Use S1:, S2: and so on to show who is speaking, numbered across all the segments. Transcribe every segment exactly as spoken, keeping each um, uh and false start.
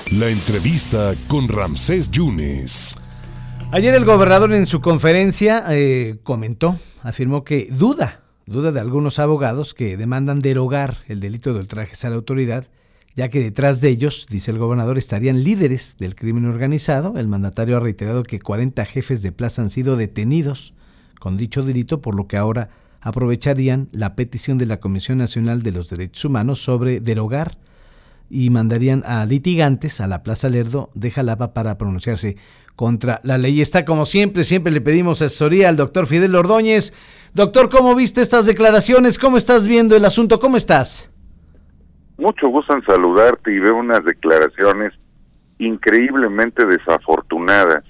S1: La entrevista con Ramsés Yunes.
S2: Ayer el gobernador en su conferencia eh, comentó, afirmó que duda, duda de algunos abogados que demandan derogar el delito de ultrajes a la autoridad, ya que detrás de ellos, dice el gobernador, estarían líderes del crimen organizado. El mandatario ha reiterado que cuarenta jefes de plaza han sido detenidos con dicho delito, por lo que ahora aprovecharían la petición de la Comisión Nacional de los Derechos Humanos sobre derogar y mandarían a litigantes a la Plaza Lerdo de Jalapa para pronunciarse contra la ley. Está como siempre, siempre le pedimos asesoría al doctor Fidel Ordóñez. Doctor, ¿cómo viste estas declaraciones? ¿Cómo estás viendo el asunto? ¿Cómo estás?
S3: Mucho gusto en saludarte y veo unas declaraciones increíblemente desafortunadas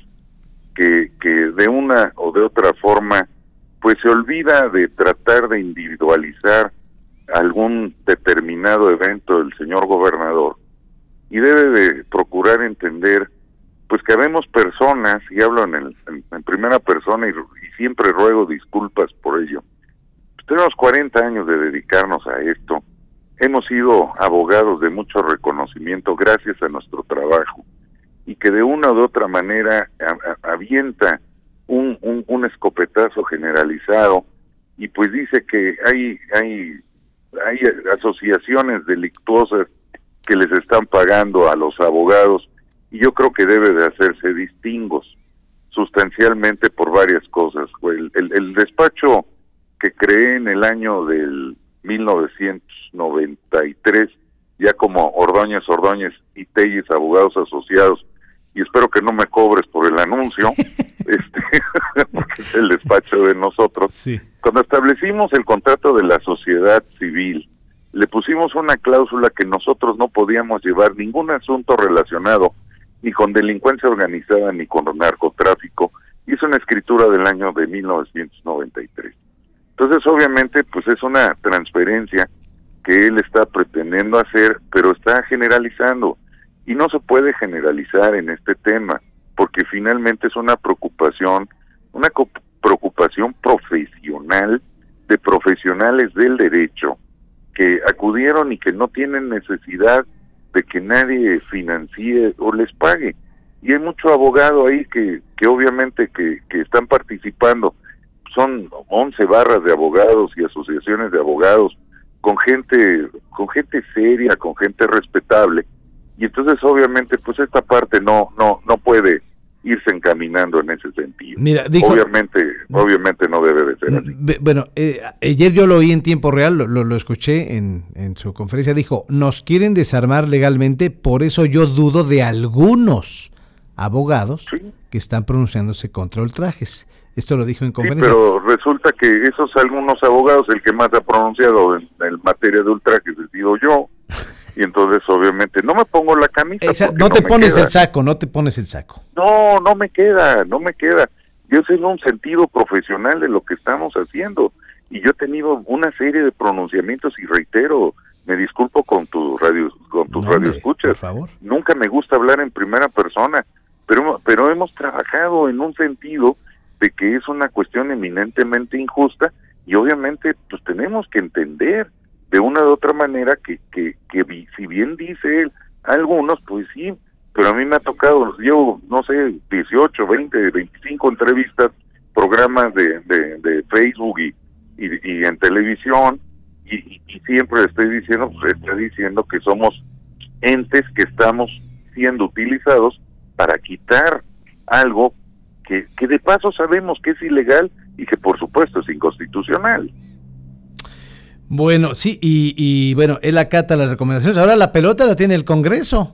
S3: que, que de una o de otra forma pues se olvida de tratar de individualizar algún determinado evento del señor gobernador y debe de procurar entender pues que habemos personas, y hablo en, el, en, en primera persona y, y siempre ruego disculpas por ello. Pues tenemos cuarenta años de dedicarnos a esto, hemos sido abogados de mucho reconocimiento gracias a nuestro trabajo y que de una u otra manera a, a, avienta un, un, un escopetazo generalizado y pues dice que hay hay hay asociaciones delictuosas que les están pagando a los abogados, y yo creo que debe de hacerse distingos sustancialmente por varias cosas. El, el, el despacho que creé en el año del mil novecientos noventa y tres, ya como Ordóñez, Ordóñez y Telles Abogados Asociados, y espero que no me cobres por el anuncio, este, porque es el despacho de nosotros.
S2: Sí.
S3: Cuando establecimos el contrato de la sociedad civil, le pusimos una cláusula que nosotros no podíamos llevar ningún asunto relacionado ni con delincuencia organizada ni con narcotráfico. Hizo una escritura del año de mil novecientos noventa y tres. Entonces, obviamente, pues es una transferencia que él está pretendiendo hacer, pero está generalizando. Y no se puede generalizar en este tema, porque finalmente es una preocupación, una co- preocupación profesional de profesionales del derecho que acudieron y que no tienen necesidad de que nadie financie o les pague. Y hay mucho abogado ahí que, que obviamente que, que están participando. Son once barras de abogados y asociaciones de abogados con gente, con gente seria, con gente respetable. Y entonces obviamente pues esta parte no no no puede irse encaminando en ese sentido.
S2: Mira, dijo,
S3: obviamente obviamente no debe de ser así.
S2: Bueno, eh, ayer yo lo oí en tiempo real, lo, lo, lo escuché en, en su conferencia, dijo, nos quieren desarmar legalmente, por eso yo dudo de algunos abogados ¿sí? que están pronunciándose contra ultrajes. Esto lo dijo en conferencia.
S3: Sí, pero resulta que esos algunos abogados, el que más ha pronunciado en, en materia de ultrajes he sido yo. Y entonces obviamente no me pongo la camisa.
S2: Esa, no,
S3: no
S2: te pones
S3: queda.
S2: el saco, no te pones el saco.
S3: No, no me queda, no me queda. Yo soy un sentido profesional de lo que estamos haciendo. Y yo he tenido una serie de pronunciamientos y reitero, me disculpo con tu radio, con tus
S2: no,
S3: radioescuchas.
S2: Por favor.
S3: Nunca me gusta hablar en primera persona, pero, pero hemos trabajado en un sentido de que es una cuestión eminentemente injusta y obviamente pues tenemos que entender de una u otra manera que, que, que si bien dice él, algunos, pues sí, pero a mí me ha tocado, llevo, no sé, dieciocho, veinte, veinticinco entrevistas, programas de, de, de Facebook y, y, y en televisión, y, y, y siempre estoy diciendo, pues estoy diciendo que somos entes que estamos siendo utilizados para quitar algo que, que de paso sabemos que es ilegal y que por supuesto es inconstitucional.
S2: Bueno, sí, y, y bueno, él acata las recomendaciones. Ahora la pelota la tiene el Congreso.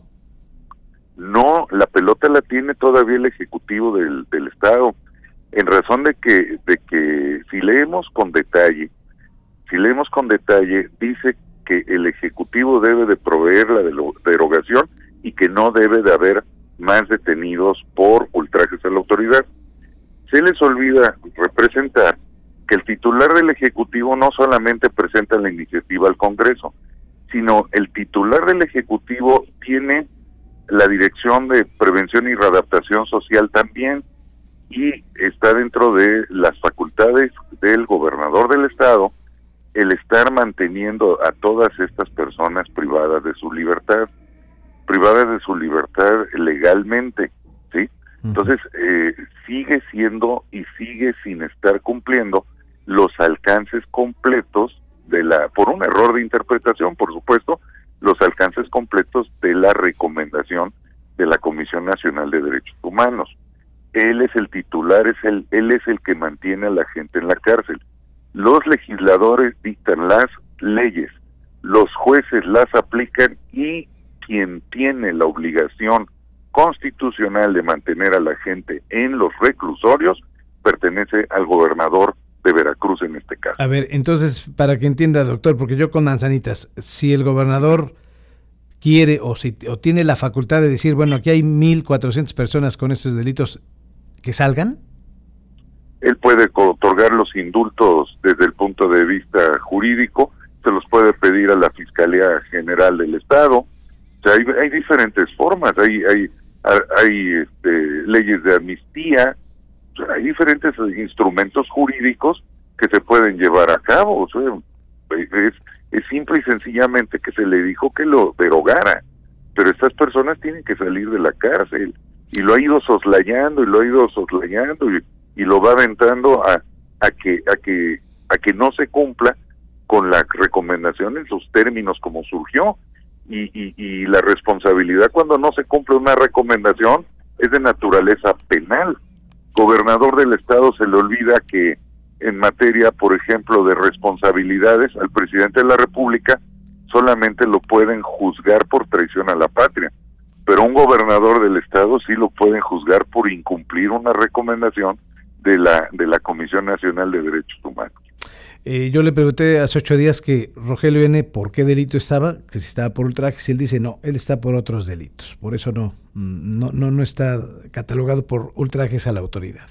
S3: No, la pelota la tiene todavía el Ejecutivo del, del Estado, en razón de que, de que si leemos con detalle, si leemos con detalle, dice que el Ejecutivo debe de proveer la derogación y que no debe de haber más detenidos por ultrajes a la autoridad. Se les olvida representar que el titular del Ejecutivo no solamente presenta la iniciativa al Congreso, sino el titular del Ejecutivo tiene la Dirección de Prevención y Readaptación Social también, y está dentro de las facultades del gobernador del Estado el estar manteniendo a todas estas personas privadas de su libertad. privadas de su libertad legalmente, ¿sí? Entonces, eh, sigue siendo y sigue sin estar cumpliendo los alcances completos de la, por un error de interpretación, por supuesto, los alcances completos de la recomendación de la Comisión Nacional de Derechos Humanos. Él es el titular, es el, él es el que mantiene a la gente en la cárcel. Los legisladores dictan las leyes, los jueces las aplican y quien tiene la obligación constitucional de mantener a la gente en los reclusorios pertenece al gobernador de Veracruz en este caso.
S2: A ver, entonces, para que entienda, doctor, porque yo con manzanitas, si el gobernador quiere o si o tiene la facultad de decir, bueno, aquí hay mil cuatrocientas personas con estos delitos, que salgan.
S3: Él puede otorgar los indultos desde el punto de vista jurídico, se los puede pedir a la Fiscalía General del Estado. O sea, hay, hay diferentes formas, hay hay hay este, leyes de amnistía, o sea, hay diferentes instrumentos jurídicos que se pueden llevar a cabo. O sea, es, es simple y sencillamente que se le dijo que lo derogara, pero estas personas tienen que salir de la cárcel, y lo ha ido soslayando y lo ha ido soslayando y, y lo va aventando a, a que a que a que no se cumpla con la recomendación en sus términos como surgió. Y, y, y la responsabilidad cuando no se cumple una recomendación es de naturaleza penal. Gobernador del estado se le olvida que en materia, por ejemplo, de responsabilidades al presidente de la República solamente lo pueden juzgar por traición a la patria, pero un gobernador del estado sí lo pueden juzgar por incumplir una recomendación de la de la Comisión Nacional de Derechos Humanos.
S2: Eh, yo le pregunté hace ocho días que Rogelio N. por qué delito estaba, que si estaba por ultrajes, y él dice no, él está por otros delitos, por eso no, no, no, no está catalogado por ultrajes a la autoridad.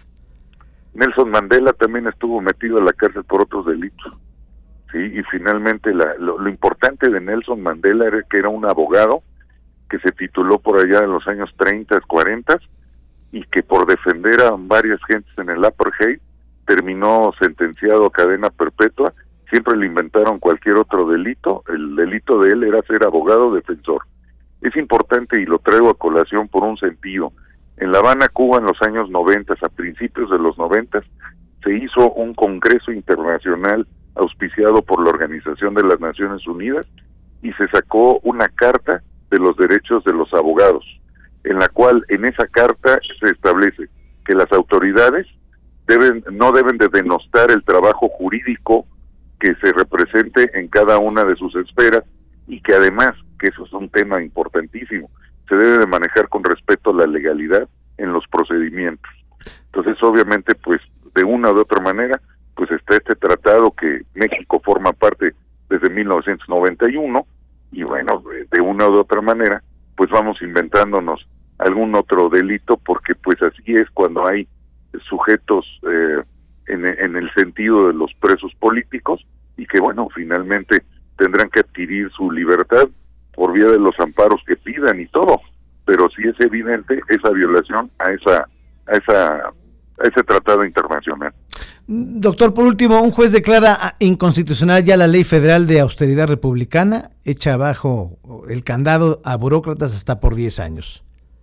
S3: Nelson Mandela también estuvo metido a la cárcel por otros delitos, sí, y finalmente la, lo, lo importante de Nelson Mandela era que era un abogado que se tituló por allá en los años treinta, cuarenta, y que por defender a varias gentes en el apartheid terminó sentenciado a cadena perpetua. Siempre le inventaron cualquier otro delito. El delito de él era ser abogado defensor. Es importante, y lo traigo a colación por un sentido. En La Habana, Cuba, en los años noventa, a principios de los noventa, se hizo un congreso internacional auspiciado por la Organización de las Naciones Unidas y se sacó una carta de los derechos de los abogados, en la cual en esa carta se establece que las autoridades deben no deben de denostar el trabajo jurídico que se represente en cada una de sus esferas, y que además, que eso es un tema importantísimo, se debe de manejar con respeto a la legalidad en los procedimientos. Entonces, obviamente, pues, de una u otra manera, pues está este tratado que México forma parte desde mil novecientos noventa y uno, y bueno, de una u otra manera, pues vamos inventándonos algún otro delito, porque pues así es cuando hay sujetos eh, en, en el sentido de los presos políticos, y que bueno, finalmente tendrán que adquirir su libertad por vía de los amparos que pidan y todo, pero sí es evidente esa violación a esa a esa a ese tratado internacional.
S2: Doctor, por último, un juez declara inconstitucional ya la ley federal de austeridad republicana, echa abajo el candado a burócratas hasta por diez años.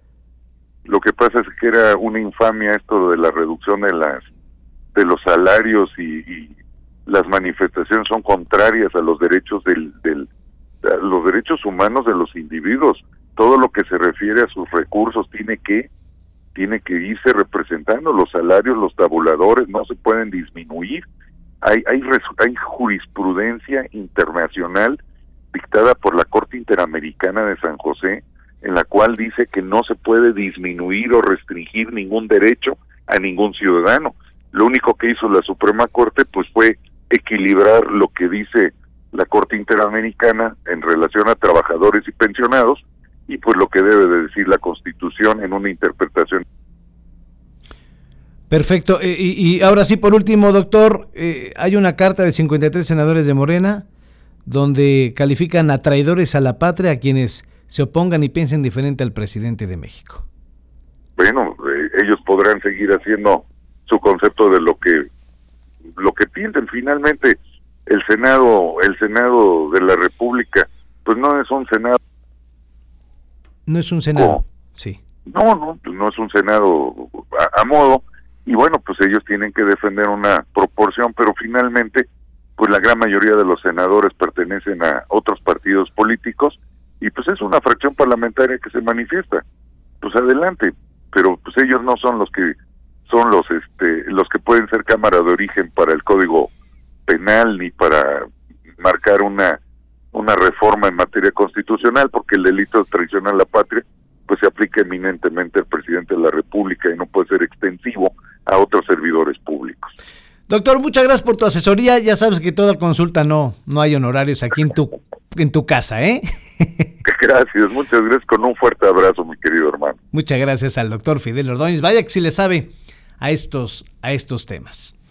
S3: Lo que pasa es que era una infamia esto de la reducción de las de los salarios, y, y las manifestaciones son contrarias a los derechos del, del a los derechos humanos de los individuos. Todo lo que se refiere a sus recursos tiene que tiene que irse representando. Los salarios, los tabuladores no se pueden disminuir. Hay hay hay jurisprudencia internacional dictada por la Corte Interamericana de San José, en la cual dice que no se puede disminuir o restringir ningún derecho a ningún ciudadano. Lo único que hizo la Suprema Corte pues fue equilibrar lo que dice la Corte Interamericana en relación a trabajadores y pensionados, y pues lo que debe de decir la Constitución en una interpretación.
S2: Perfecto. Eh, y, y ahora sí, por último, doctor, eh, hay una carta de cincuenta y tres senadores de Morena donde califican a traidores a la patria a quienes se opongan y piensen diferente al presidente de México.
S3: Bueno, eh, ellos podrán seguir haciendo su concepto de lo que lo que piensen. Finalmente, el Senado, el Senado de la República, pues no es un Senado
S2: No es un Senado,
S3: o,
S2: sí.
S3: No, no, pues no es un Senado a, a modo, y bueno, pues ellos tienen que defender una proporción, pero finalmente, pues la gran mayoría de los senadores pertenecen a otros partidos políticos, y pues es una fracción parlamentaria que se manifiesta. Pues adelante, pero pues ellos no son los que son los este los que pueden ser cámara de origen para el Código Penal ni para marcar una una reforma en materia constitucional, porque el delito de traición a la patria pues se aplica eminentemente al presidente de la República y no puede ser extensivo a otros servidores públicos.
S2: Doctor, muchas gracias por tu asesoría. Ya sabes que toda consulta no no hay honorarios aquí en tu en tu casa, ¿eh?
S3: Gracias, muchas gracias, con un fuerte abrazo, mi querido hermano.
S2: Muchas gracias al doctor Fidel Ordóñez. Vaya que sí le sabe a estos a estos temas.